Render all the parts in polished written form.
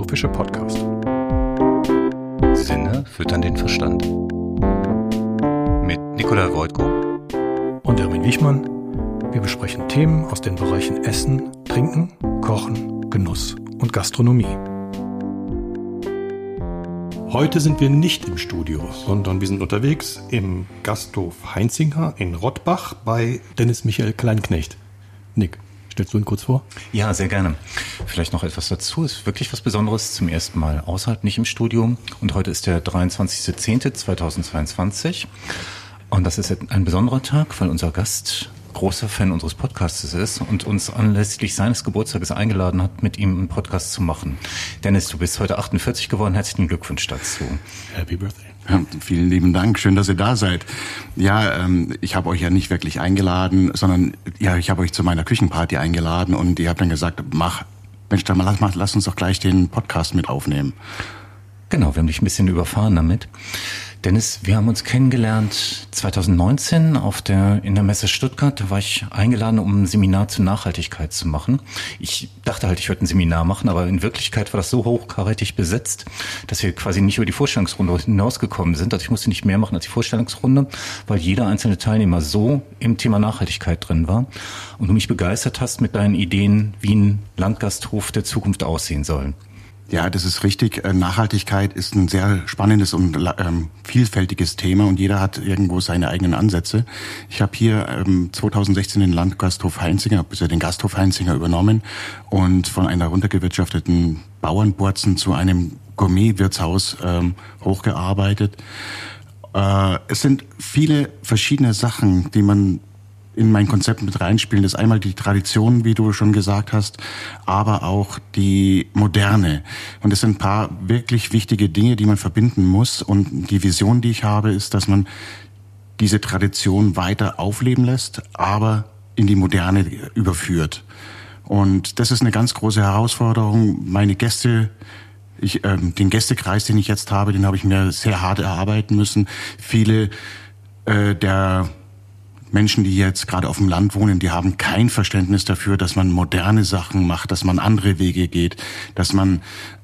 Philosophische Podcast. Sinne füttern den Verstand. Mit Nikolai Wojtko Und Erwin Wichmann. Wir besprechen Themen aus den Bereichen Essen, Trinken, Kochen, Genuss und Gastronomie. Heute sind wir nicht im Studio, sondern wir sind unterwegs im Gasthof Heinzinger in Rottbach bei Dennis Michael Kleinknecht. Nick, stellst du ihn kurz vor? Ja, sehr gerne. Vielleicht noch etwas dazu. Ist wirklich was Besonderes. Zum ersten Mal außerhalb, nicht im Studio. Und heute ist der 23.10.2022. Und das ist ein besonderer Tag, weil unser Gast großer Fan unseres Podcasts ist und uns anlässlich seines Geburtstages eingeladen hat, mit ihm einen Podcast zu machen. Dennis, du bist heute 48 geworden. Herzlichen Glückwunsch dazu. Happy Birthday. Ja, vielen lieben Dank. Schön, dass ihr da seid. Ja, ich habe euch ja nicht wirklich eingeladen, sondern ja, ich habe euch zu meiner Küchenparty eingeladen und ihr habt dann gesagt, lass uns doch gleich den Podcast mit aufnehmen. Genau, wir haben dich ein bisschen überfahren damit. Dennis, wir haben uns kennengelernt 2019 in der Messe Stuttgart. Da war ich eingeladen, um ein Seminar zur Nachhaltigkeit zu machen. Ich dachte halt, ich würde ein Seminar machen, aber in Wirklichkeit war das so hochkarätig besetzt, dass wir quasi nicht über die Vorstellungsrunde hinausgekommen sind. Also ich musste nicht mehr machen als die Vorstellungsrunde, weil jeder einzelne Teilnehmer so im Thema Nachhaltigkeit drin war. Und du mich begeistert hast mit deinen Ideen, wie ein Landgasthof der Zukunft aussehen soll. Ja, das ist richtig. Nachhaltigkeit ist ein sehr spannendes und vielfältiges Thema und jeder hat irgendwo seine eigenen Ansätze. Ich habe hier 2016 den Landgasthof Heinzinger, den Gasthof Heinzinger übernommen und von einer runtergewirtschafteten Bauernburzen zu einem Gourmet-Wirtshaus hochgearbeitet. Es sind viele verschiedene Sachen, die man in mein Konzept mit reinspielen. Das ist einmal die Tradition, wie du schon gesagt hast, aber auch die Moderne. Und es sind ein paar wirklich wichtige Dinge, die man verbinden muss. Und die Vision, die ich habe, ist, dass man diese Tradition weiter aufleben lässt, aber in die Moderne überführt. Und das ist eine ganz große Herausforderung. Meine Gäste, den Gästekreis, den ich jetzt habe, den habe ich mir sehr hart erarbeiten müssen. Viele der Menschen, die jetzt gerade auf dem Land wohnen, die haben kein Verständnis dafür, dass man moderne Sachen macht, dass man andere Wege geht, dass man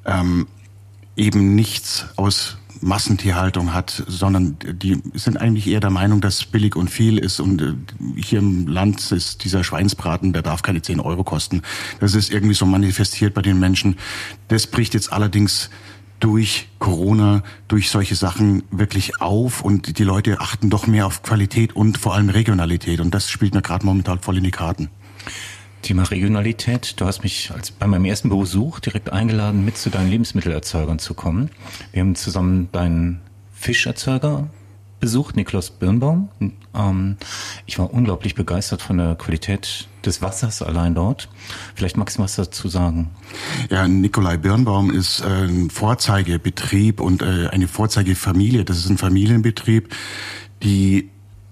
eben nichts aus Massentierhaltung hat, sondern die sind eigentlich eher der Meinung, dass billig und viel ist und hier im Land ist dieser Schweinsbraten, der darf keine 10 Euro kosten. Das ist irgendwie so manifestiert bei den Menschen. Das bricht jetzt allerdings durch Corona, durch solche Sachen wirklich auf und die Leute achten doch mehr auf Qualität und vor allem Regionalität und das spielt mir gerade momentan voll in die Karten. Thema Regionalität. Du hast mich bei meinem ersten Besuch direkt eingeladen, mit zu deinen Lebensmittelerzeugern zu kommen. Wir haben zusammen deinen Fischerzeuger besucht, Nikolaus Birnbaum. Ich war unglaublich begeistert von der Qualität des Wassers allein dort. Vielleicht magst du was dazu sagen? Ja, Nikolai Birnbaum ist ein Vorzeigebetrieb und eine Vorzeigefamilie. Das ist ein Familienbetrieb, die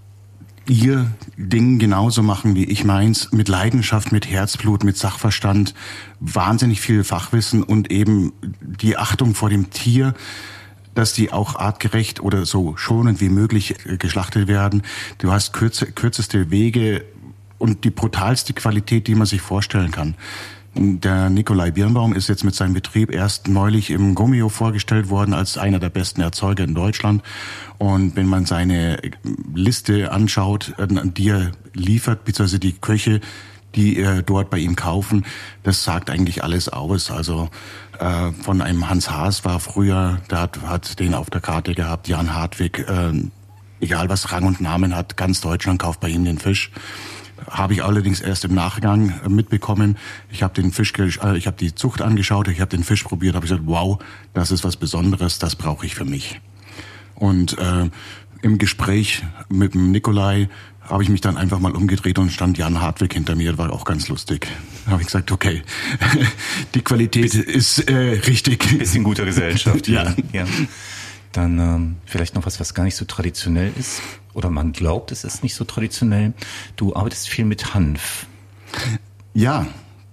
ihr Ding genauso machen wie ich meins, mit Leidenschaft, mit Herzblut, mit Sachverstand, wahnsinnig viel Fachwissen und eben die Achtung vor dem Tier, dass die auch artgerecht oder so schonend wie möglich geschlachtet werden. Du hast kürzeste Wege und die brutalste Qualität, die man sich vorstellen kann. Der Nikolai Birnbaum ist jetzt mit seinem Betrieb erst neulich im Gummio vorgestellt worden als einer der besten Erzeuger in Deutschland. Und wenn man seine Liste anschaut, die er liefert, beziehungsweise die Köche, die dort bei ihm kaufen, das sagt eigentlich alles aus. Also von einem Hans Haas war früher, der hat den auf der Karte gehabt, Jan Hartwig, egal was Rang und Namen hat, ganz Deutschland kauft bei ihm den Fisch. Habe ich allerdings erst im Nachgang mitbekommen. Ich habe ich habe die Zucht angeschaut, ich habe den Fisch probiert, habe gesagt, wow, das ist was Besonderes, das brauche ich für mich. Und im Gespräch mit dem Nikolai habe ich mich dann einfach mal umgedreht und stand Jan Hartwig hinter mir, war auch ganz lustig. Da habe ich gesagt, okay, die Qualität ist richtig. Bisschen guter Gesellschaft. Ja. Ja. Dann vielleicht noch was gar nicht so traditionell ist. Oder man glaubt, es ist nicht so traditionell. Du arbeitest viel mit Hanf. Ja,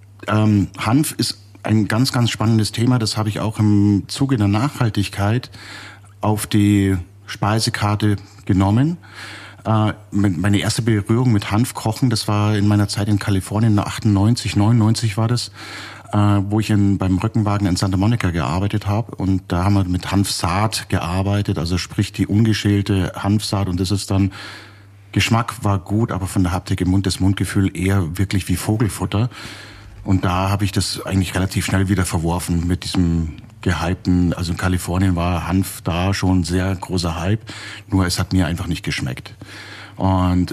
Hanf ist ein ganz, ganz spannendes Thema. Das habe ich auch im Zuge der Nachhaltigkeit auf die Speisekarte genommen. Meine erste Berührung mit Hanfkochen, das war in meiner Zeit in Kalifornien, 98, 99 war das, wo ich beim Rückenwagen in Santa Monica gearbeitet habe. Und da haben wir mit Hanfsaat gearbeitet, also sprich die ungeschälte Hanfsaat. Und das ist dann, Geschmack war gut, aber von der Haptik im Mund, das Mundgefühl eher wirklich wie Vogelfutter. Und da habe ich das eigentlich relativ schnell wieder verworfen mit diesem gehypten, also in Kalifornien war Hanf da schon sehr großer Hype, nur es hat mir einfach nicht geschmeckt. Und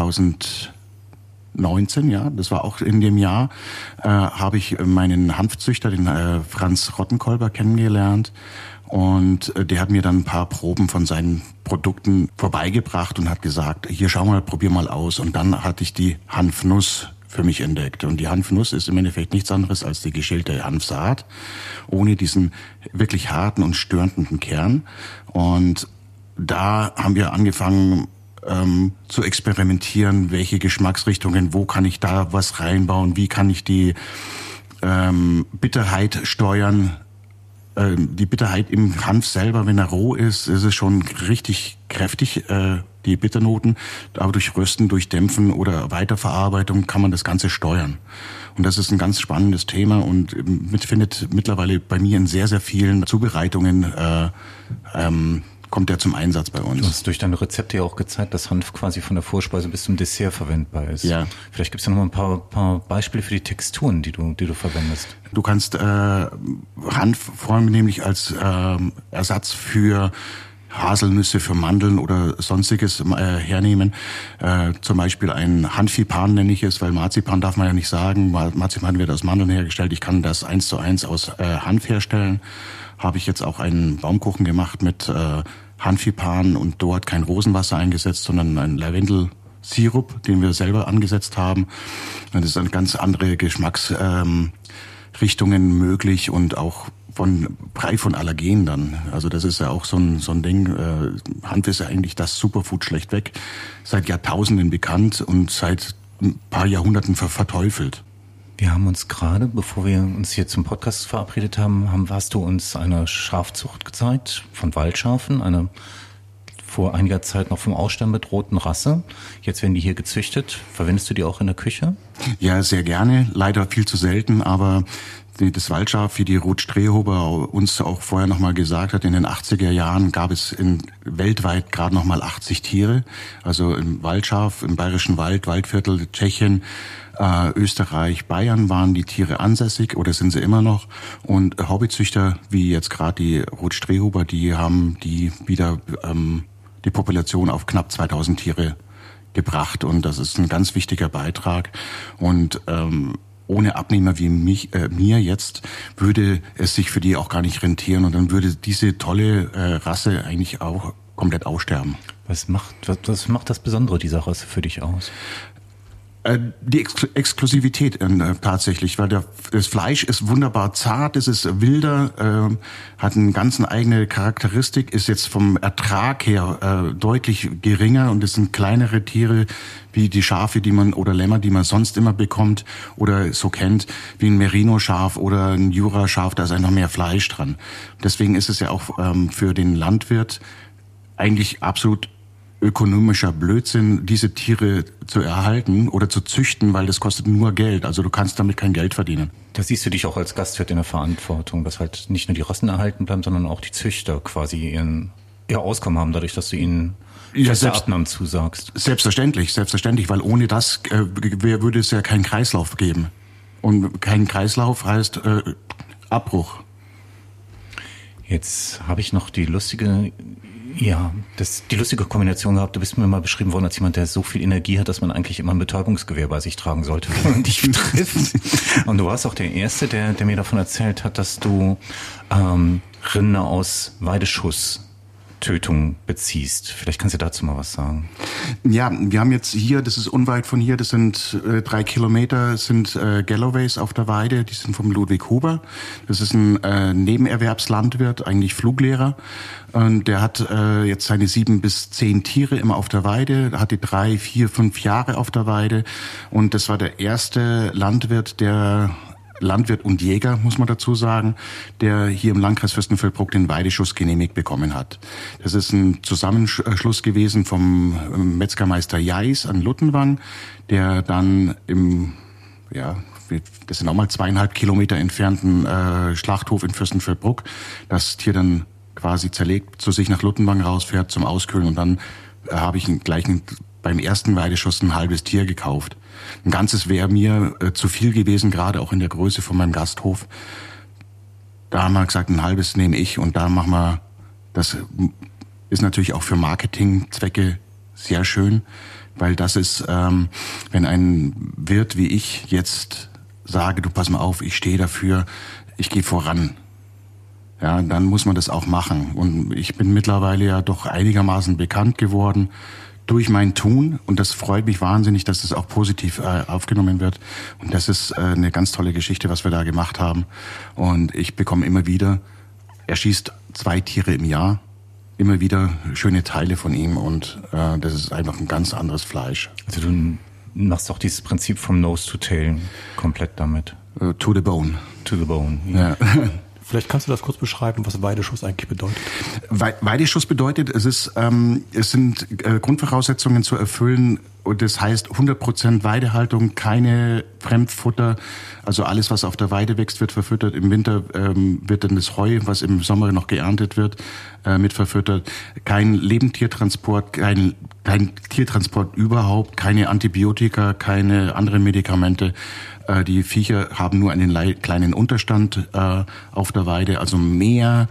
2019, ja, das war auch in dem Jahr, habe ich meinen Hanfzüchter, den Franz Rottenkolber, kennengelernt. Und der hat mir dann ein paar Proben von seinen Produkten vorbeigebracht und hat gesagt, hier schau mal, probier mal aus. Und dann hatte ich die Hanfnuss für mich entdeckt. Und die Hanfnuss ist im Endeffekt nichts anderes als die geschälte Hanfsaat, ohne diesen wirklich harten und störenden Kern. Und da haben wir angefangen zu experimentieren, welche Geschmacksrichtungen, wo kann ich da was reinbauen, wie kann ich die Bitterheit steuern. Die Bitterheit im Hanf selber, wenn er roh ist es schon richtig kräftig, die Bitternoten. Aber durch Rösten, durch Dämpfen oder Weiterverarbeitung kann man das Ganze steuern. Und das ist ein ganz spannendes Thema und findet mittlerweile bei mir in sehr, sehr vielen Zubereitungen kommt der zum Einsatz bei uns. Du hast durch deine Rezepte ja auch gezeigt, dass Hanf quasi von der Vorspeise bis zum Dessert verwendbar ist. Ja. Vielleicht gibt's ja noch mal ein paar Beispiele für die Texturen, die du verwendest. Du kannst Hanf vornehmlich als Ersatz für Haselnüsse, für Mandeln oder Sonstiges hernehmen. Zum Beispiel ein Hanfipan nenne ich es, weil Marzipan darf man ja nicht sagen. Marzipan wird aus Mandeln hergestellt. Ich kann das 1:1 aus Hanf herstellen. Habe ich jetzt auch einen Baumkuchen gemacht mit Hanfipan und dort kein Rosenwasser eingesetzt, sondern ein Lavendelsirup, den wir selber angesetzt haben. Das ist eine ganz andere Geschmacksrichtungen möglich und auch frei von Allergen dann. Also das ist ja auch so ein Ding. Hanf ist ja eigentlich das Superfood schlechtweg. Seit Jahrtausenden bekannt und seit ein paar Jahrhunderten verteufelt. Wir haben uns gerade, bevor wir uns hier zum Podcast verabredet haben, hast du uns eine Schafzucht gezeigt von Waldschafen, eine vor einiger Zeit noch vom Aussterben bedrohten Rasse. Jetzt werden die hier gezüchtet. Verwendest du die auch in der Küche? Ja, sehr gerne. Leider viel zu selten, aber das Waldschaf, wie die Ruth Strehober uns auch vorher nochmal gesagt hat, in den 80er Jahren gab es weltweit gerade nochmal 80 Tiere. Also im Waldschaf, im Bayerischen Wald, Waldviertel, Tschechien, Österreich, Bayern waren die Tiere ansässig oder sind sie immer noch. Und Hobbyzüchter, wie jetzt gerade die Ruth Strehober, die haben die wieder die Population auf knapp 2000 Tiere gebracht. Und das ist ein ganz wichtiger Beitrag. Und ohne Abnehmer wie mir jetzt würde es sich für die auch gar nicht rentieren. Und dann würde diese tolle Rasse eigentlich auch komplett aussterben. Was macht das Besondere dieser Rasse für dich aus? Die Exklusivität tatsächlich, weil das Fleisch ist wunderbar zart, es ist wilder, hat eine ganz eigene Charakteristik, ist jetzt vom Ertrag her deutlich geringer und es sind kleinere Tiere wie die Schafe, oder Lämmer, die man sonst immer bekommt oder so kennt, wie ein Merino-Schaf oder ein Jura-Schaf, da ist einfach mehr Fleisch dran. Deswegen ist es ja auch für den Landwirt eigentlich absolut ökonomischer Blödsinn, diese Tiere zu erhalten oder zu züchten, weil das kostet nur Geld. Also du kannst damit kein Geld verdienen. Da siehst du dich auch als Gastwirt in der Verantwortung, dass halt nicht nur die Rassen erhalten bleiben, sondern auch die Züchter quasi ihr Auskommen haben, dadurch, dass du ihnen feste Abnahmen zusagst. Selbstverständlich, weil ohne das würde es ja keinen Kreislauf geben. Und kein Kreislauf heißt Abbruch. Jetzt habe ich noch die lustige Kombination gehabt. Du bist mir mal beschrieben worden als jemand, der so viel Energie hat, dass man eigentlich immer ein Betäubungsgewehr bei sich tragen sollte, wenn man dich trifft. Und du warst auch der Erste, der mir davon erzählt hat, dass du Rinder aus Weideschusstötung beziehst. Vielleicht kannst du dazu mal was sagen. Ja, wir haben jetzt hier, das ist unweit von hier, das sind 3 Kilometer, sind Galloways auf der Weide, die sind vom Ludwig Huber. Das ist ein Nebenerwerbslandwirt, eigentlich Fluglehrer. Und der hat jetzt seine 7 bis 10 Tiere immer auf der Weide, hat die 3, 4, 5 Jahre auf der Weide. Und das war der erste Landwirt, der Landwirt und Jäger, muss man dazu sagen, der hier im Landkreis Fürstenfeldbruck den Weideschuss genehmigt bekommen hat. Das ist ein Zusammenschluss gewesen vom Metzgermeister Jais an Luttenwang, der dann das sind auch mal 2,5 Kilometer entfernten Schlachthof in Fürstenfeldbruck, das Tier dann quasi zerlegt, zu sich nach Luttenwang rausfährt zum Auskühlen und dann habe ich beim ersten Weideschuss ein halbes Tier gekauft. Ein ganzes wäre mir zu viel gewesen, gerade auch in der Größe von meinem Gasthof. Da haben wir gesagt, ein halbes nehme ich und da machen wir, das ist natürlich auch für Marketingzwecke sehr schön, weil das ist, wenn ein Wirt wie ich jetzt sage, du pass mal auf, ich stehe dafür, ich gehe voran. Ja, dann muss man das auch machen. Und ich bin mittlerweile ja doch einigermaßen bekannt geworden durch mein Tun. Und das freut mich wahnsinnig, dass das auch positiv aufgenommen wird. Und das ist eine ganz tolle Geschichte, was wir da gemacht haben. Und ich bekomme immer wieder, er schießt 2 Tiere im Jahr, immer wieder schöne Teile von ihm. Und das ist einfach ein ganz anderes Fleisch. Also du machst auch dieses Prinzip vom Nose to Tail komplett damit. To the bone. To the bone, ja. Vielleicht kannst du das kurz beschreiben, was Weideschuss eigentlich bedeutet. Weideschuss bedeutet, es sind Grundvoraussetzungen zu erfüllen. Und das heißt 100% Weidehaltung, keine Fremdfutter. Also alles, was auf der Weide wächst, wird verfüttert. Im Winter wird dann das Heu, was im Sommer noch geerntet wird, mit verfüttert. Kein Lebendtiertransport, kein Tiertransport überhaupt, keine Antibiotika, keine anderen Medikamente. Die Viecher haben nur einen kleinen Unterstand auf der Weide. Also mehr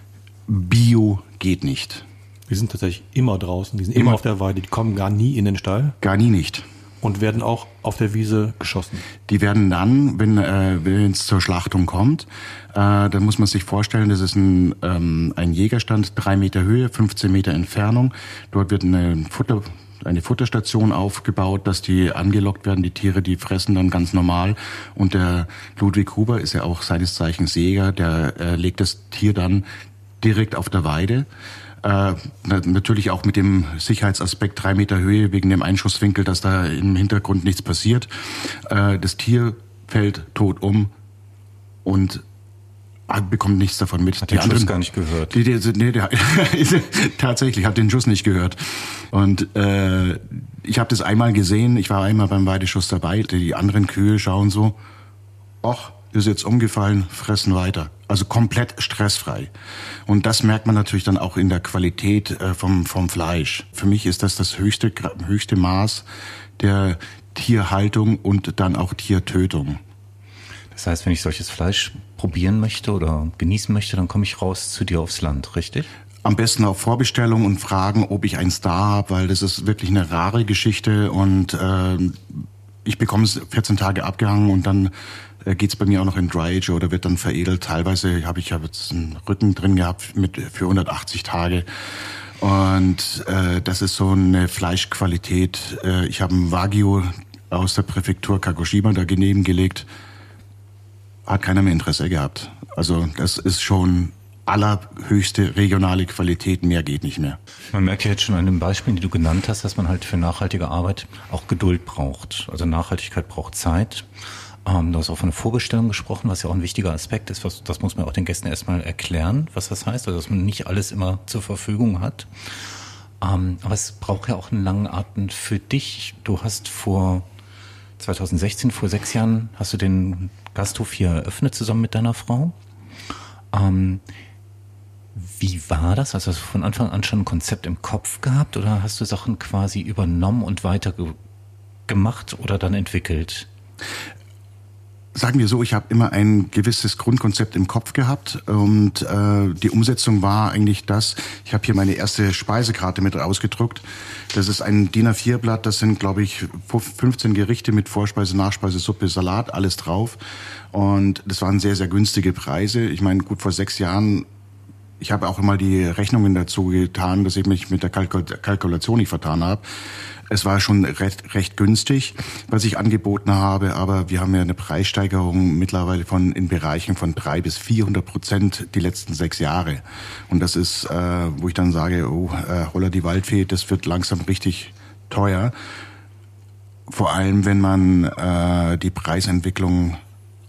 Bio geht nicht. Die sind tatsächlich immer draußen, die sind immer auf der Weide, die kommen gar nie in den Stall. Gar nie nicht. Und werden auch auf der Wiese geschossen. Die werden dann, wenn es zur Schlachtung kommt, dann muss man sich vorstellen, das ist ein Jägerstand, 3 Meter Höhe, 15 Meter Entfernung. Dort wird eine Futterstation aufgebaut, dass die angelockt werden. Die Tiere, die fressen dann ganz normal. Und der Ludwig Huber ist ja auch seines Zeichens Jäger, der legt das Tier dann direkt auf der Weide. Natürlich auch mit dem Sicherheitsaspekt 3 Meter Höhe wegen dem Einschusswinkel, dass da im Hintergrund nichts passiert. Das Tier fällt tot um und bekommt nichts davon mit. Hat den Schuss gar nicht gehört. Tatsächlich, hat den Schuss nicht gehört. Und ich habe das einmal gesehen, ich war einmal beim Weideschuss dabei, die anderen Kühe schauen so, ach, ist jetzt umgefallen, fressen weiter. Also komplett stressfrei. Und das merkt man natürlich dann auch in der Qualität vom Fleisch. Für mich ist das höchste Maß der Tierhaltung und dann auch Tiertötung. Das heißt, wenn ich solches Fleisch probieren möchte oder genießen möchte, dann komme ich raus zu dir aufs Land, richtig? Am besten auf Vorbestellung und fragen, ob ich einen Star habe, weil das ist wirklich eine rare Geschichte und ich bekomme es 14 Tage abgehangen und dann geht's bei mir auch noch in Dry Age oder wird dann veredelt. Teilweise habe ich jetzt einen Rücken drin gehabt für 180 Tage. Und das ist so eine Fleischqualität. Ich habe einen Wagyu aus der Präfektur Kagoshima da daneben gelegt. Hat keiner mehr Interesse gehabt. Also das ist schon allerhöchste regionale Qualität, mehr geht nicht mehr. Man merkt ja jetzt schon an den Beispielen, die du genannt hast, dass man halt für nachhaltige Arbeit auch Geduld braucht. Also Nachhaltigkeit braucht Zeit. Du hast auch von einer Vorbestellung gesprochen, was ja auch ein wichtiger Aspekt ist. Das muss man auch den Gästen erstmal erklären, was das heißt. Also dass man nicht alles immer zur Verfügung hat. Aber es braucht ja auch einen langen Atem für dich. Du hast vor 2016, vor 6 Jahren, hast du den Gasthof hier eröffnet zusammen mit deiner Frau. Wie war das? Also hast du von Anfang an schon ein Konzept im Kopf gehabt oder hast du Sachen quasi übernommen und weiter gemacht oder dann entwickelt? Sagen wir so, ich habe immer ein gewisses Grundkonzept im Kopf gehabt und die Umsetzung war eigentlich das, ich habe hier meine erste Speisekarte mit ausgedruckt. Das ist ein DIN A4-Blatt, das sind, glaube ich, 15 Gerichte mit Vorspeise, Nachspeise, Suppe, Salat, alles drauf. Und das waren sehr, sehr günstige Preise. Ich meine, gut, vor 6 Jahren, ich habe auch immer die Rechnungen dazu getan, dass ich mich mit der Kalkulation nicht vertan habe. Es war schon recht günstig, was ich angeboten habe, aber wir haben ja eine Preissteigerung mittlerweile in Bereichen von 300-400% die letzten 6 Jahre. Und das ist, wo ich dann sage, holla die Waldfee, das wird langsam richtig teuer. Vor allem, wenn man die Preisentwicklung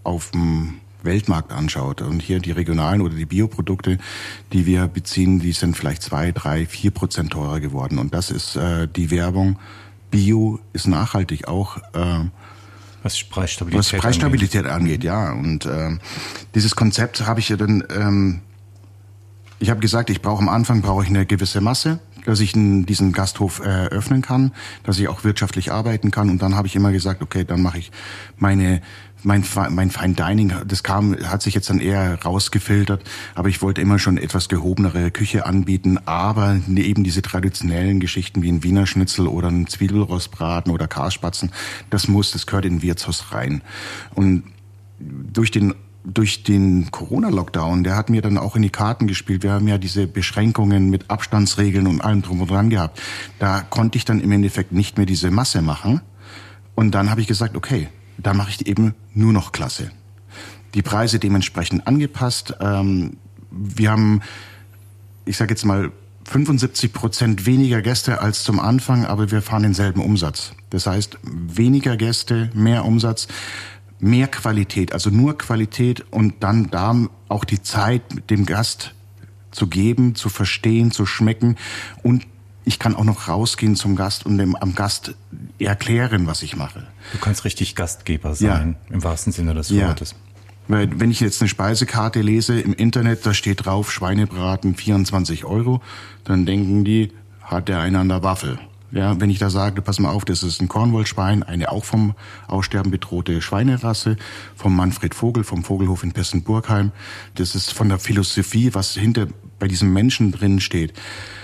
auf dem Weltmarkt anschaut und hier die regionalen oder die Bioprodukte, die wir beziehen, die sind vielleicht 2, 3, 4% teurer geworden. Und das ist die Werbung. Bio ist nachhaltig auch. Was Preisstabilität, angeht, ja. Und dieses Konzept habe ich ja dann, ich habe gesagt, am Anfang brauche ich eine gewisse Masse, dass ich diesen Gasthof eröffnen kann, dass ich auch wirtschaftlich arbeiten kann. Und dann habe ich immer gesagt, okay, dann mache ich mein Fine Dining, hat sich jetzt dann eher rausgefiltert, aber ich wollte immer schon etwas gehobenere Küche anbieten, aber eben diese traditionellen Geschichten wie ein Wiener Schnitzel oder ein Zwiebelrostbraten oder Karspatzen, das gehört in ein Wirtshaus rein. Und durch den Corona-Lockdown, der hat mir dann auch in die Karten gespielt. Wir haben ja diese Beschränkungen mit Abstandsregeln und allem drum und dran gehabt. Da konnte ich dann im Endeffekt nicht mehr diese Masse machen. Und dann habe ich gesagt, okay, da mache ich eben nur noch Klasse. Die Preise dementsprechend angepasst. Wir haben, ich sage jetzt mal, 75% weniger Gäste als zum Anfang, aber wir fahren denselben Umsatz. Das heißt, weniger Gäste, mehr Umsatz, mehr Qualität, also nur Qualität und dann da auch die Zeit dem Gast zu geben, zu verstehen, zu schmecken und ich kann auch noch rausgehen zum Gast und am Gast erklären, was ich mache. Du kannst richtig Gastgeber sein, im wahrsten Sinne des Wortes. Weil wenn ich jetzt eine Speisekarte lese im Internet, da steht drauf Schweinebraten 24 €, dann denken die, hat der eine an der Waffel. Ja, wenn ich da sage, pass mal auf, das ist ein Cornwall-Schwein, eine auch vom Aussterben bedrohte Schweinerasse, vom Manfred Vogel, vom Vogelhof in Pessenburgheim. Das ist von der Philosophie, was bei diesem Menschen drin steht.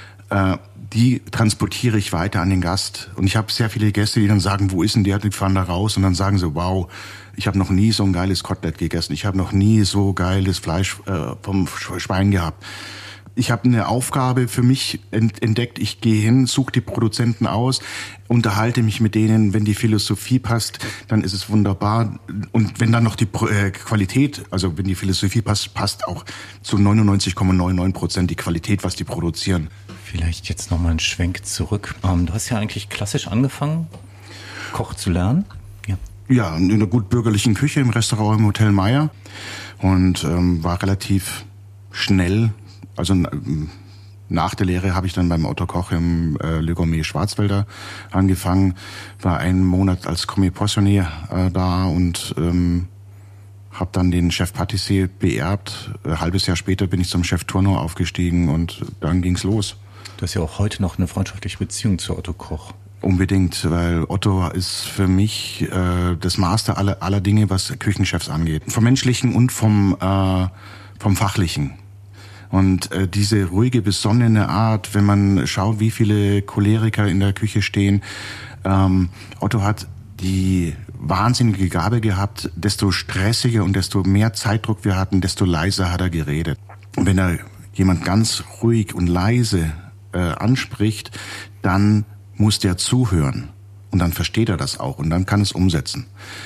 Die transportiere ich weiter an den Gast. Und ich habe sehr viele Gäste, die dann sagen, wo ist denn der? Die fahren da raus und dann sagen sie, wow, ich habe noch nie so ein geiles Kotelett gegessen. Ich habe noch nie so geiles Fleisch vom Schwein gehabt. Ich habe eine Aufgabe für mich entdeckt. Ich gehe hin, suche die Produzenten aus, unterhalte mich mit denen. Wenn die Philosophie passt, dann ist es wunderbar. Und wenn dann noch die Qualität, also wenn die Philosophie passt, passt auch zu 99,99% die Qualität, was die produzieren. Vielleicht jetzt nochmal einen Schwenk zurück. Du hast ja eigentlich klassisch angefangen, Koch zu lernen. Ja, in einer gut bürgerlichen Küche im Restaurant im Hotel Meier und war relativ schnell. Also nach der Lehre habe ich dann beim Otto Koch im Le Gourmet Schwarzwälder angefangen, war einen Monat als Commis Poissonnier da und habe dann den Chef Patissier beerbt. Ein halbes Jahr später bin ich zum Chef Tourneur aufgestiegen und dann ging's los. Du hast ja auch heute noch eine freundschaftliche Beziehung zu Otto Koch. Unbedingt, weil Otto ist für mich das Master aller Dinge, was Küchenchefs angeht. Vom Menschlichen und vom Fachlichen. Und diese ruhige, besonnene Art, wenn man schaut, wie viele Choleriker in der Küche stehen. Otto hat die wahnsinnige Gabe gehabt, desto stressiger und desto mehr Zeitdruck wir hatten, desto leiser hat er geredet. Und wenn er jemand ganz ruhig und leise anspricht, dann muss der zuhören. Und dann versteht er das auch und dann kann es umsetzen.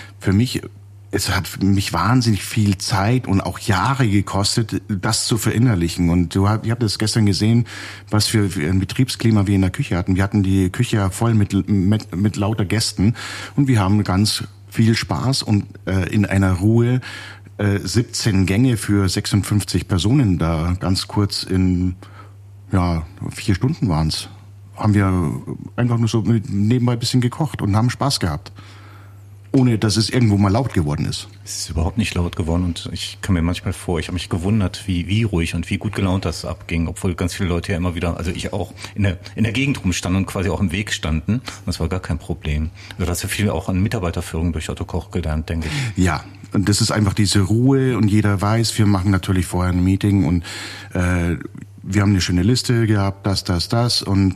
Es hat mich wahnsinnig viel Zeit und auch Jahre gekostet, das zu verinnerlichen. Und ihr habt das gestern gesehen, was für ein Betriebsklima wir in der Küche hatten. Wir hatten die Küche ja voll mit lauter Gästen und wir haben ganz viel Spaß und in einer Ruhe 17 Gänge für 56 Personen da ganz kurz in 4 Stunden waren's. Haben wir einfach nur so nebenbei ein bisschen gekocht und haben Spaß gehabt. Ohne, dass es irgendwo mal laut geworden ist. Es ist überhaupt nicht laut geworden und ich kam mir manchmal vor, ich habe mich gewundert, wie ruhig und wie gut gelaunt das abging, obwohl ganz viele Leute ja immer wieder, also ich auch, in der Gegend rumstanden und quasi auch im Weg standen. Und das war gar kein Problem. Also das ist ja viel auch an Mitarbeiterführung durch Otto Koch gelernt, denke ich. Ja, und das ist einfach diese Ruhe und jeder weiß, wir machen natürlich vorher ein Meeting und wir haben eine schöne Liste gehabt, das und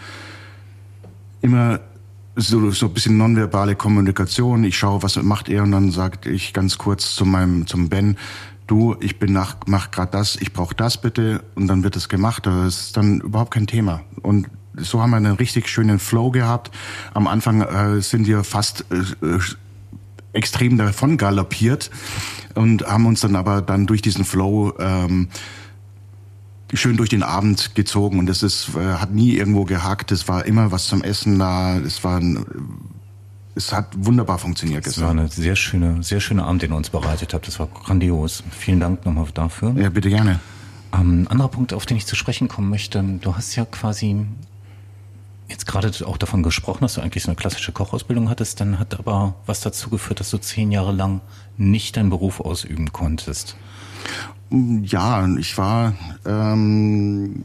immer so ein bisschen nonverbale Kommunikation. Ich schaue, was macht er und dann sagte ich ganz kurz zum Ben, du, mach gerade das, ich brauche das bitte und dann wird es gemacht. Das ist dann überhaupt kein Thema. Und so haben wir einen richtig schönen Flow gehabt. Am Anfang sind wir fast extrem davon galoppiert und haben uns dann aber durch diesen Flow schön durch den Abend gezogen und das hat nie irgendwo gehakt, es war immer was zum Essen da, es war es hat wunderbar funktioniert. Das war eine sehr schöne Abend, den ihr uns bereitet habt. Das war grandios. Vielen Dank nochmal dafür. Ja, bitte gerne. Anderer Punkt, auf den ich zu sprechen kommen möchte. Du hast ja quasi jetzt gerade auch davon gesprochen, dass du eigentlich so eine klassische Kochausbildung hattest. Dann hat aber was dazu geführt, dass du 10 Jahre lang nicht deinen Beruf ausüben konntest. Ja, ich war in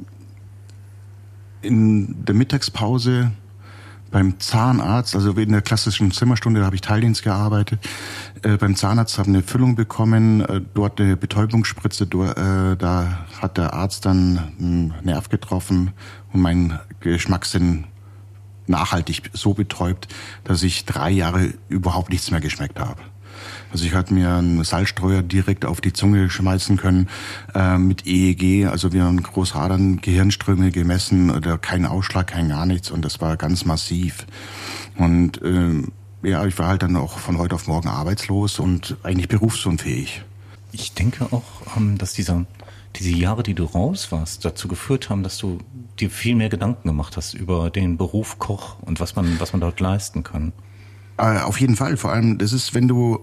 der Mittagspause beim Zahnarzt, also in der klassischen Zimmerstunde, da habe ich Teildienst gearbeitet. Beim Zahnarzt habe ich eine Füllung bekommen, dort eine Betäubungsspritze, da hat der Arzt dann einen Nerv getroffen und meinen Geschmackssinn nachhaltig so betäubt, dass ich 3 Jahre überhaupt nichts mehr geschmeckt habe. Also ich hatte mir einen Salzstreuer direkt auf die Zunge schmeißen können mit EEG, also wir haben Großadern, Gehirnströme gemessen, oder kein Ausschlag, kein gar nichts, und das war ganz massiv. Und ja, ich war halt dann auch von heute auf morgen arbeitslos und eigentlich berufsunfähig. Ich denke auch, dass diese Jahre, die du raus warst, dazu geführt haben, dass du dir viel mehr Gedanken gemacht hast über den Beruf Koch und was man dort leisten kann. Auf jeden Fall. Vor allem, das ist, wenn du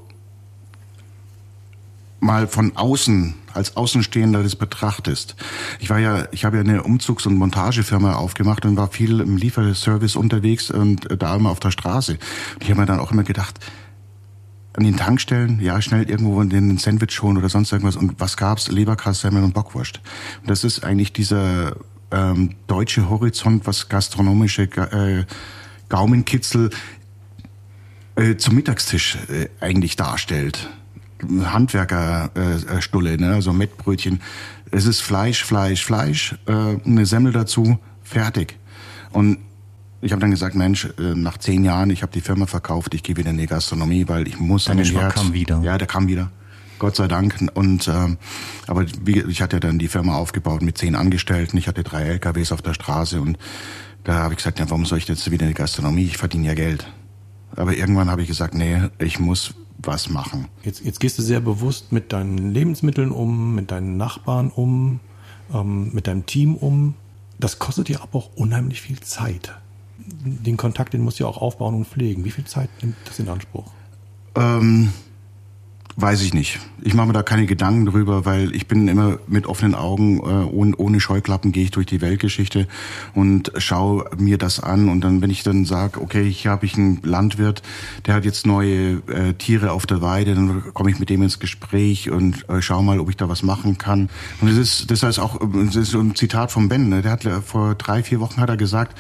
mal von außen, als Außenstehender das betrachtest. Ich habe ja eine Umzugs- und Montagefirma aufgemacht und war viel im Lieferservice unterwegs und da immer auf der Straße. Und ich habe mir dann auch immer gedacht, an den Tankstellen, ja, schnell irgendwo in den Sandwich holen oder sonst irgendwas. Und was gab's? Leberkassemmel und Bockwurst. Und das ist eigentlich dieser deutsche Horizont, was gastronomische Gaumenkitzel zum Mittagstisch eigentlich darstellt. Handwerkerstulle, ne, also Mettbrötchen. Es ist Fleisch, eine Semmel dazu, fertig. Und ich habe dann gesagt, Mensch, nach 10 Jahren, ich habe die Firma verkauft, ich gehe wieder in die Gastronomie, weil ich muss. Dein Geschmack kam wieder. Ja, der kam wieder. Gott sei Dank. Und aber ich hatte ja dann die Firma aufgebaut mit 10 Angestellten. Ich hatte 3 LKWs auf der Straße und da habe ich gesagt, ja, warum soll ich jetzt wieder in die Gastronomie? Ich verdiene ja Geld. Aber irgendwann habe ich gesagt, nee, ich muss was machen. Jetzt gehst du sehr bewusst mit deinen Lebensmitteln um, mit deinen Nachbarn um, mit deinem Team um. Das kostet dir aber auch unheimlich viel Zeit. Den Kontakt, den musst du ja auch aufbauen und pflegen. Wie viel Zeit nimmt das in Anspruch? Weiß ich nicht. Ich mache mir da keine Gedanken drüber, weil ich bin immer mit offenen Augen und ohne Scheuklappen gehe ich durch die Weltgeschichte und schaue mir das an. Und dann, wenn ich dann sage, okay, hier habe ich einen Landwirt, der hat jetzt neue Tiere auf der Weide, dann komme ich mit dem ins Gespräch und schaue mal, ob ich da was machen kann. Und das heißt auch, das ist so ein Zitat von Ben, ne? Der hat vor 3-4 Wochen hat er gesagt,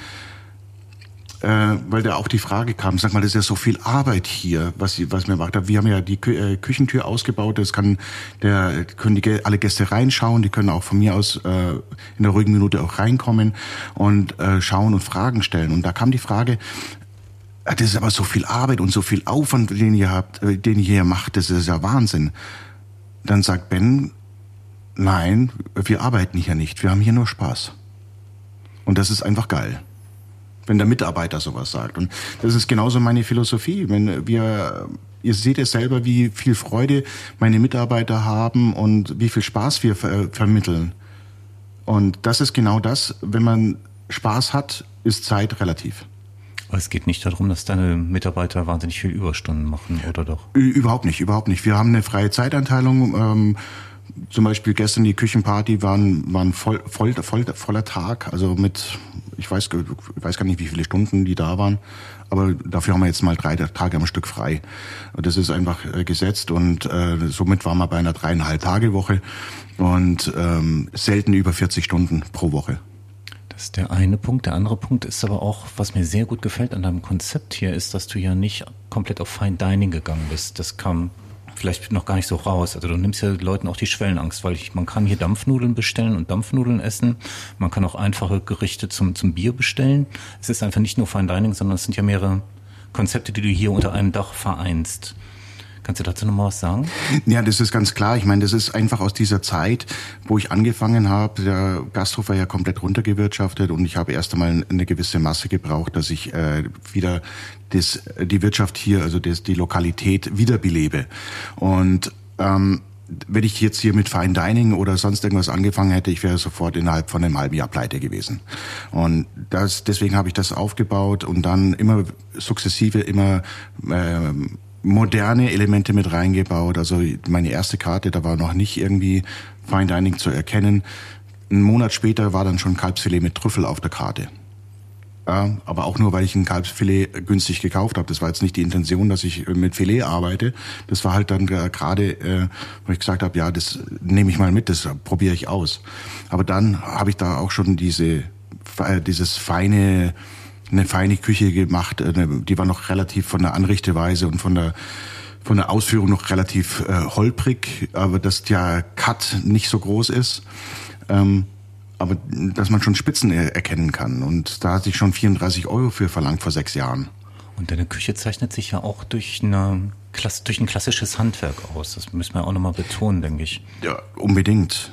weil da auch die Frage kam, sag mal, das ist ja so viel Arbeit hier, was wir macht. Wir haben ja die Küchentür ausgebaut, können alle Gäste reinschauen, die können auch von mir aus in der ruhigen Minute auch reinkommen und schauen und Fragen stellen. Und da kam die Frage, das ist aber so viel Arbeit und so viel Aufwand, den ihr hier macht, das ist ja Wahnsinn. Dann sagt Ben, nein, wir arbeiten hier nicht, wir haben hier nur Spaß. Und das ist einfach geil, wenn der Mitarbeiter sowas sagt. Und das ist genauso meine Philosophie. Ihr seht es selber, wie viel Freude meine Mitarbeiter haben und wie viel Spaß wir vermitteln. Und das ist genau das, wenn man Spaß hat, ist Zeit relativ. Aber es geht nicht darum, dass deine Mitarbeiter wahnsinnig viel Überstunden machen, oder doch? Überhaupt nicht. Wir haben eine freie Zeiteinteilung. Zum Beispiel gestern die Küchenparty waren voller Tag, also mit, ich weiß gar nicht, wie viele Stunden die da waren, aber dafür haben wir jetzt mal 3 Tage am Stück frei. Das ist einfach gesetzt und somit waren wir bei einer 3,5-Tage-Woche und selten über 40 Stunden pro Woche. Das ist der eine Punkt. Der andere Punkt ist aber auch, was mir sehr gut gefällt an deinem Konzept hier, ist, dass du ja nicht komplett auf Fine Dining gegangen bist. Das kam vielleicht noch gar nicht so raus. Also du nimmst ja Leuten auch die Schwellenangst, weil man kann hier Dampfnudeln bestellen und Dampfnudeln essen. Man kann auch einfache Gerichte zum Bier bestellen. Es ist einfach nicht nur Fine Dining, sondern es sind ja mehrere Konzepte, die du hier unter einem Dach vereinst. Kannst du dazu noch mal was sagen? Ja, das ist ganz klar. Ich meine, das ist einfach aus dieser Zeit, wo ich angefangen habe. Der Gasthof war ja komplett runtergewirtschaftet und ich habe erst einmal eine gewisse Masse gebraucht, dass ich wieder die Wirtschaft hier, also die Lokalität wiederbelebe. Und wenn ich jetzt hier mit Fine Dining oder sonst irgendwas angefangen hätte, ich wäre sofort innerhalb von einem halben Jahr pleite gewesen. Und deswegen habe ich das aufgebaut und dann immer sukzessive immer moderne Elemente mit reingebaut. Also meine erste Karte, da war noch nicht irgendwie Fine Dining zu erkennen. Einen Monat später war dann schon Kalbsfilet mit Trüffel auf der Karte. Ja, aber auch nur, weil ich ein Kalbsfilet günstig gekauft habe. Das war jetzt nicht die Intention, dass ich mit Filet arbeite. Das war halt dann gerade, wo ich gesagt habe, ja, das nehme ich mal mit, das probiere ich aus. Aber dann habe ich da auch schon eine feine Küche gemacht. Die war noch relativ von der Anrichteweise und von der Ausführung noch relativ holprig, aber dass der Cut nicht so groß ist. Aber dass man schon Spitzen erkennen kann. Und da hatte ich schon 34 € für verlangt vor 6 Jahren. Und deine Küche zeichnet sich ja auch durch ein klassisches Handwerk aus. Das müssen wir auch nochmal betonen, denke ich. Ja, unbedingt.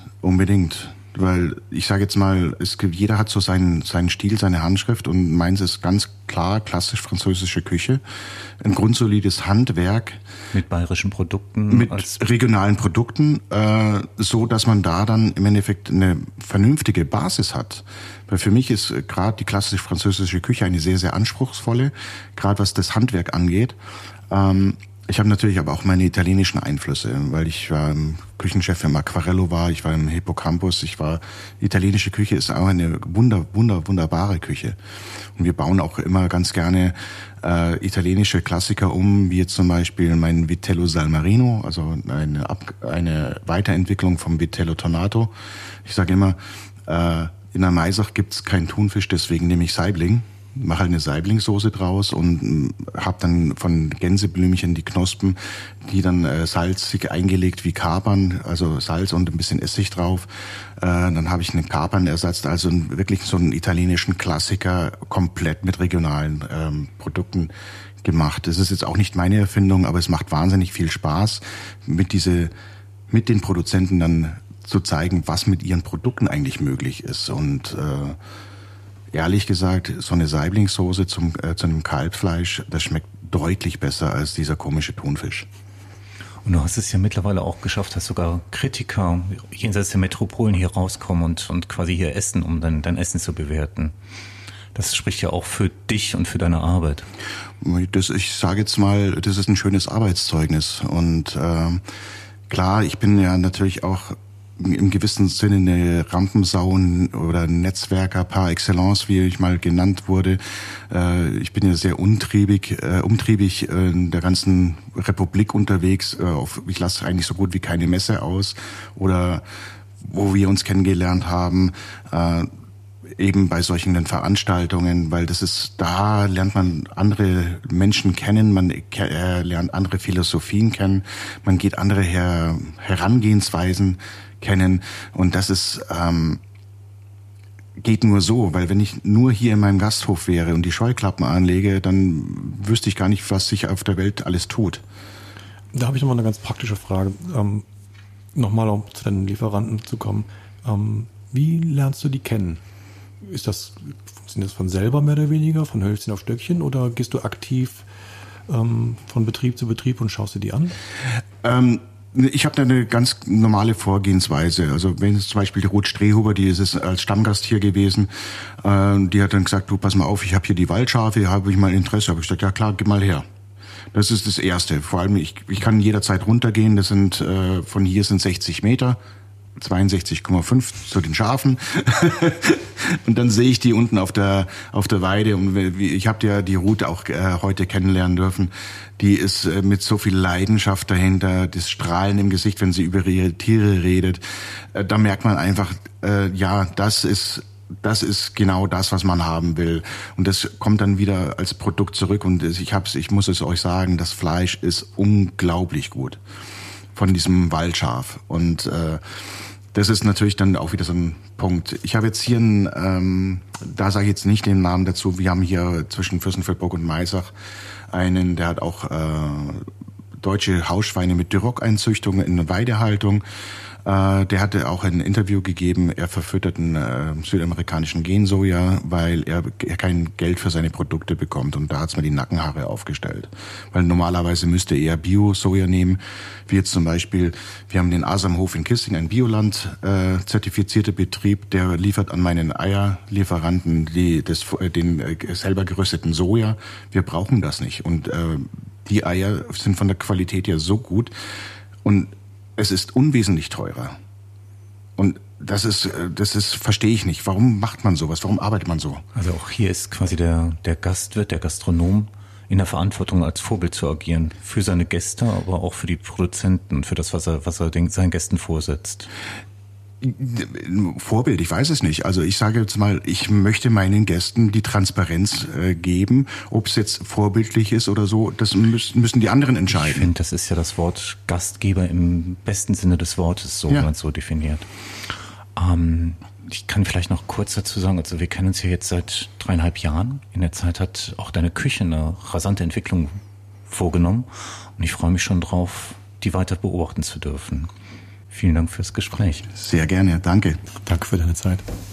Weil ich sage jetzt mal, jeder hat so seinen Stil, seine Handschrift und meins ist ganz klar klassisch französische Küche. Ein grundsolides Handwerk. Mit bayerischen Produkten. Mit regionalen Produkten, so dass man da dann im Endeffekt eine vernünftige Basis hat. Weil für mich ist gerade die klassisch französische Küche eine sehr, sehr anspruchsvolle, gerade was das Handwerk angeht. Ich habe natürlich aber auch meine italienischen Einflüsse, weil ich war Küchenchef im Aquarello ich war im Hippocampus, italienische Küche ist auch eine wunderbare Küche. Und wir bauen auch immer ganz gerne italienische Klassiker wie jetzt zum Beispiel mein Vitello Salmarino, also eine Weiterentwicklung vom Vitello Tornato. Ich sage immer, in der Maisach gibt's keinen Thunfisch, deswegen nehme ich Saibling. Mache halt eine Saiblingssoße draus und habe dann von Gänseblümchen die Knospen, die dann salzig eingelegt wie Kapern, also Salz und ein bisschen Essig drauf. Dann habe ich einen Kapernersatz, also wirklich so einen italienischen Klassiker komplett mit regionalen Produkten gemacht. Das ist jetzt auch nicht meine Erfindung, aber es macht wahnsinnig viel Spaß, mit den Produzenten dann zu zeigen, was mit ihren Produkten eigentlich möglich ist. Und ehrlich gesagt, so eine Saiblingssoße zu einem Kalbfleisch, das schmeckt deutlich besser als dieser komische Thunfisch. Und du hast es ja mittlerweile auch geschafft, dass sogar Kritiker jenseits der Metropolen hier rauskommen und quasi hier essen, um dein Essen zu bewerten. Das spricht ja auch für dich und für deine Arbeit. Ich sage jetzt mal, das ist ein schönes Arbeitszeugnis. Und klar, ich bin ja natürlich auch im gewissen Sinne eine Rampensau oder Netzwerker par excellence, wie ich mal genannt wurde. Ich bin ja sehr umtriebig in der ganzen Republik unterwegs. Ich lasse eigentlich so gut wie keine Messe aus oder wo wir uns kennengelernt haben. Eben bei solchen Veranstaltungen, weil da lernt man andere Menschen kennen, man lernt andere Philosophien kennen, man geht andere Herangehensweisen kennen und das ist geht nur so, weil wenn ich nur hier in meinem Gasthof wäre und die Scheuklappen anlege, dann wüsste ich gar nicht, was sich auf der Welt alles tut. Da habe ich nochmal eine ganz praktische Frage, nochmal um zu deinen Lieferanten zu kommen. Wie lernst du die kennen? Sind das von selber mehr oder weniger, von Hölzchen auf Stöckchen oder gehst du aktiv von Betrieb zu Betrieb und schaust dir die an? Ich habe da eine ganz normale Vorgehensweise. Also wenn es zum Beispiel die Ruth Strehhuber, die ist als Stammgast hier gewesen, die hat dann gesagt, du pass mal auf, ich habe hier die Waldschafe, habe ich mal Interesse. Habe ich gesagt, ja klar, gib mal her. Das ist das Erste. Vor allem, ich kann jederzeit runtergehen. Das sind von hier sind 60 Meter. 62,5 zu den Schafen und dann sehe ich die unten auf der Weide und ich habe ja die Ruth auch heute kennenlernen dürfen. Die ist mit so viel Leidenschaft dahinter, das Strahlen im Gesicht, wenn sie über ihre Tiere redet. Da merkt man einfach, ja, das ist genau das, was man haben will. Und das kommt dann wieder als Produkt zurück und ich muss es euch sagen, das Fleisch ist unglaublich gut von diesem Waldschaf und das ist natürlich dann auch wieder so ein Punkt. Ich habe jetzt hier da sage ich jetzt nicht den Namen dazu, wir haben hier zwischen Fürstenfeldbruck und Maisach einen, der hat auch deutsche Hausschweine mit Duroc-Einzüchtung in Weidehaltung. Der hatte auch ein Interview gegeben, er verfüttert einen südamerikanischen Gensoja, weil er kein Geld für seine Produkte bekommt. Und da hat's mir die Nackenhaare aufgestellt. Weil normalerweise müsste er Bio-Soja nehmen, wie jetzt zum Beispiel, wir haben den Asamhof in Kissing, ein Bioland zertifizierter Betrieb, der liefert an meinen Eierlieferanten den selber gerösteten Soja. Wir brauchen das nicht. Und die Eier sind von der Qualität ja so gut und es ist unwesentlich teurer. Und das ist, verstehe ich nicht. Warum macht man sowas? Warum arbeitet man so? Also auch hier ist quasi der Gastwirt, der Gastronom in der Verantwortung, als Vorbild zu agieren. Für seine Gäste, aber auch für die Produzenten, für das, was er seinen Gästen vorsetzt. Vorbild, ich weiß es nicht. Also ich sage jetzt mal, ich möchte meinen Gästen die Transparenz geben. Ob es jetzt vorbildlich ist oder so, das müssen die anderen entscheiden. Ich finde, das ist ja das Wort Gastgeber im besten Sinne des Wortes, so, wenn man es so definiert. Ich kann vielleicht noch kurz dazu sagen, also wir kennen uns ja jetzt seit 3,5 Jahren. In der Zeit hat auch deine Küche eine rasante Entwicklung vorgenommen. Und ich freue mich schon drauf, die weiter beobachten zu dürfen. Vielen Dank fürs Gespräch. Sehr gerne, danke. Danke für deine Zeit.